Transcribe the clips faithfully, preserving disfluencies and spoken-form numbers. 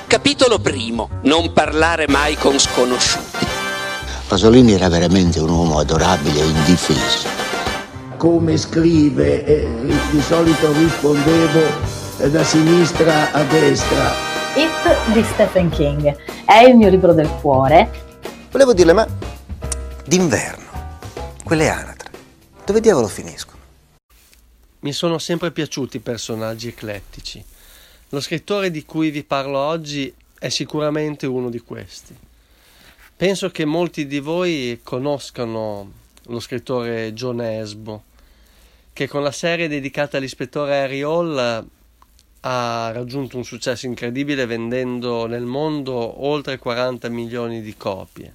Capitolo primo. Non parlare mai con sconosciuti. Pasolini era veramente un uomo adorabile e indifeso. Come scrive, eh, di solito rispondevo eh, da sinistra a destra. It di Stephen King è il mio libro del cuore. Volevo dirle, ma d'inverno, quelle anatre, dove diavolo finiscono? Mi sono sempre piaciuti i personaggi eclettici. Lo scrittore di cui vi parlo oggi è sicuramente uno di questi. Penso che molti di voi conoscano lo scrittore John Esbo, che con la serie dedicata all'ispettore Harry Hole ha raggiunto un successo incredibile vendendo nel mondo oltre quaranta milioni di copie.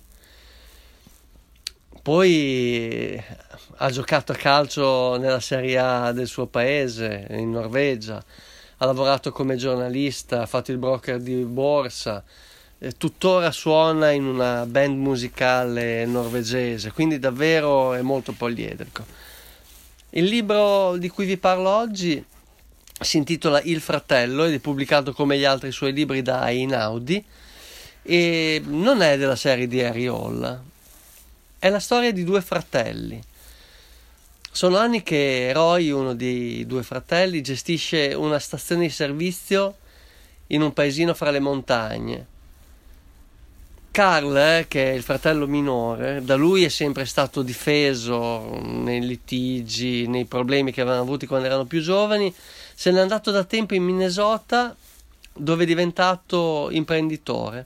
Poi ha giocato a calcio nella Serie A del suo paese, in Norvegia, ha lavorato come giornalista, ha fatto il broker di borsa, e tuttora suona in una band musicale norvegese, quindi davvero è molto poliedrico. Il libro di cui vi parlo oggi si intitola Il fratello ed è pubblicato come gli altri suoi libri da Einaudi e non è della serie di Harry Hole, è la storia di due fratelli. Sono anni che Roy, uno dei due fratelli, gestisce una stazione di servizio in un paesino fra le montagne. Carl, eh, che è il fratello minore, da lui è sempre stato difeso nei litigi, nei problemi che avevano avuti quando erano più giovani. Se n'è andato da tempo in Minnesota, dove è diventato imprenditore.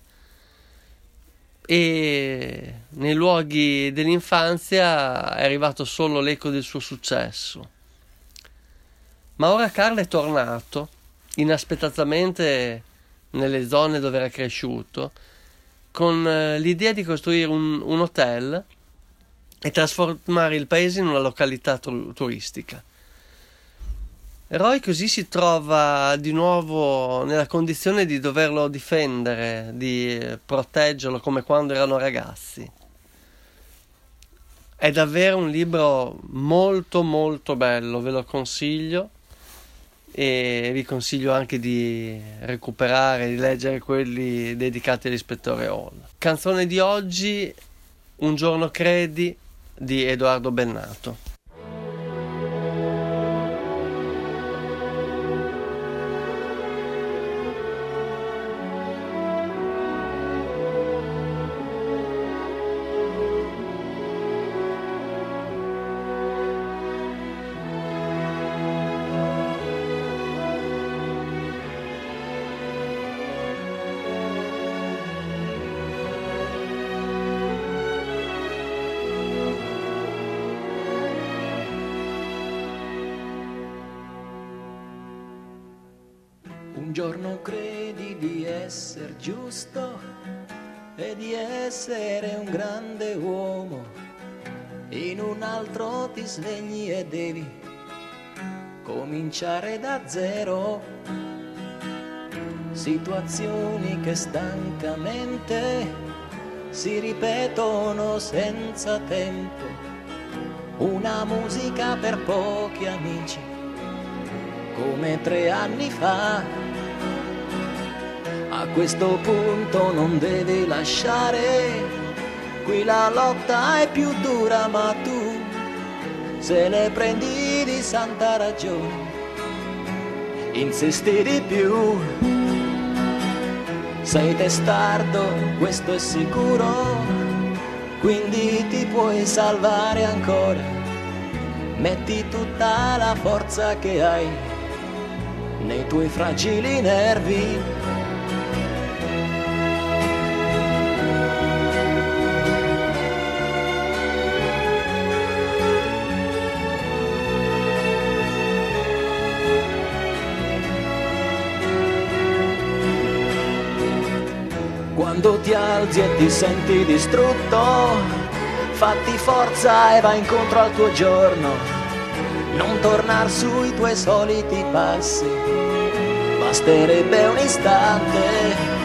E nei luoghi dell'infanzia è arrivato solo l'eco del suo successo. Ma ora Carl è tornato inaspettatamente nelle zone dove era cresciuto, con l'idea di costruire un, un hotel e trasformare il paese in una località tur- turistica. Roy così si trova di nuovo nella condizione di doverlo difendere, di proteggerlo come quando erano ragazzi. È davvero un libro molto molto bello, ve lo consiglio e vi consiglio anche di recuperare, di leggere quelli dedicati all'ispettore Hole. Canzone di oggi, Un giorno credi di Edoardo Bennato. Un giorno credi di essere giusto e di essere un grande uomo, in un altro ti svegli e devi cominciare da zero. Situazioni che stancamente si ripetono senza tempo, una musica per pochi amici come tre anni fa. A questo punto non devi lasciare, qui la lotta è più dura, ma tu se ne prendi di santa ragione, insisti di più. Sei testardo, questo è sicuro, quindi ti puoi salvare ancora. Metti tutta la forza che hai nei tuoi fragili nervi. Quando ti alzi e ti senti distrutto, fatti forza e vai incontro al tuo giorno. Non tornar sui tuoi soliti passi, basterebbe un istante.